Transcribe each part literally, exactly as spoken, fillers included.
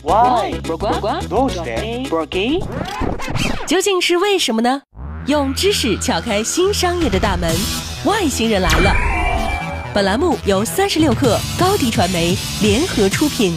Why? どうして？ 究竟是为什么呢？用知识撬开新商业的大门，外星人来了。本栏目由三十六氪、高迪传媒联合出品。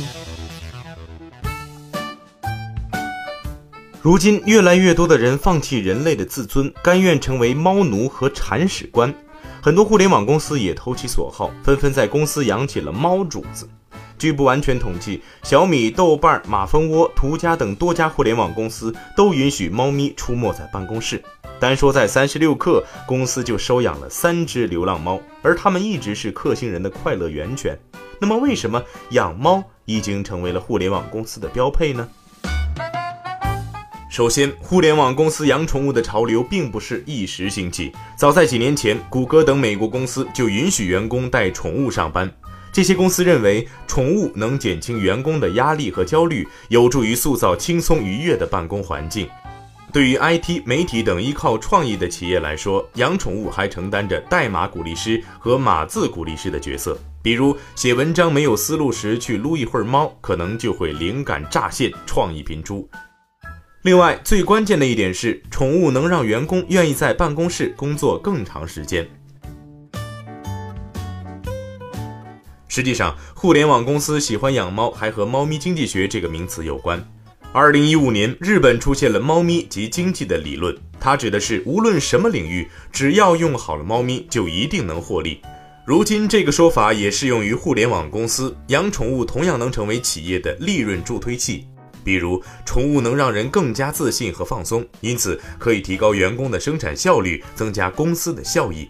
如今，越来越多的人放弃人类的自尊，甘愿成为猫奴和铲屎官。很多互联网公司也投其所好，纷纷在公司养起了猫主子。据不完全统计，小米、豆瓣、马蜂窝、途家等多家互联网公司都允许猫咪出没在办公室。单说在三十六氪，公司就收养了三只流浪猫，而它们一直是氪星人的快乐源泉。那么为什么养猫已经成为了互联网公司的标配呢？首先，互联网公司养宠物的潮流并不是一时兴起，早在几年前，谷歌等美国公司就允许员工带宠物上班。这些公司认为，宠物能减轻员工的压力和焦虑，有助于塑造轻松愉悦的办公环境。对于 I T、媒体等依靠创意的企业来说，养宠物还承担着代码鼓励师和码字鼓励师的角色。比如写文章没有思路时，去撸一会儿猫，可能就会灵感乍现，创意频出。另外，最关键的一点是，宠物能让员工愿意在办公室工作更长时间。实际上，互联网公司喜欢养猫还和猫咪经济学这个名词有关。二零一五年，日本出现了猫咪及经济的理论，它指的是无论什么领域，只要用好了猫咪，就一定能获利。如今这个说法也适用于互联网公司，养宠物同样能成为企业的利润助推器。比如，宠物能让人更加自信和放松，因此可以提高员工的生产效率，增加公司的效益。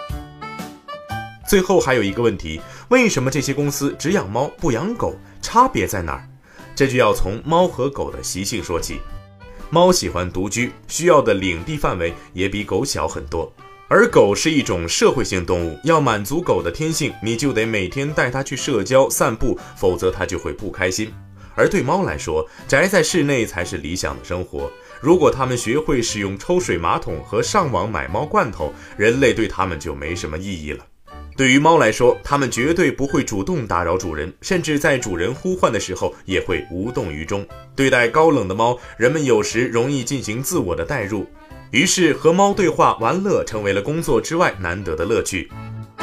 最后还有一个问题，为什么这些公司只养猫不养狗？差别在哪儿？这就要从猫和狗的习性说起。猫喜欢独居，需要的领地范围也比狗小很多。而狗是一种社会性动物，要满足狗的天性，你就得每天带它去社交、散步，否则它就会不开心。而对猫来说，宅在室内才是理想的生活。如果它们学会使用抽水马桶和上网买猫罐头，人类对它们就没什么意义了。对于猫来说，它们绝对不会主动打扰主人，甚至在主人呼唤的时候也会无动于衷。对待高冷的猫，人们有时容易进行自我的代入，于是和猫对话玩乐成为了工作之外难得的乐趣。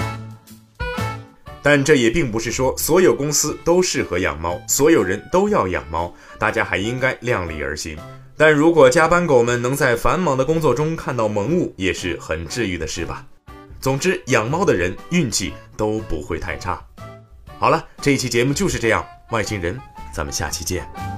但这也并不是说所有公司都适合养猫，所有人都要养猫，大家还应该量力而行。但如果加班狗们能在繁忙的工作中看到萌物，也是很治愈的事吧。总之，养猫的人运气都不会太差。好了，这一期节目就是这样，外星人，咱们下期见。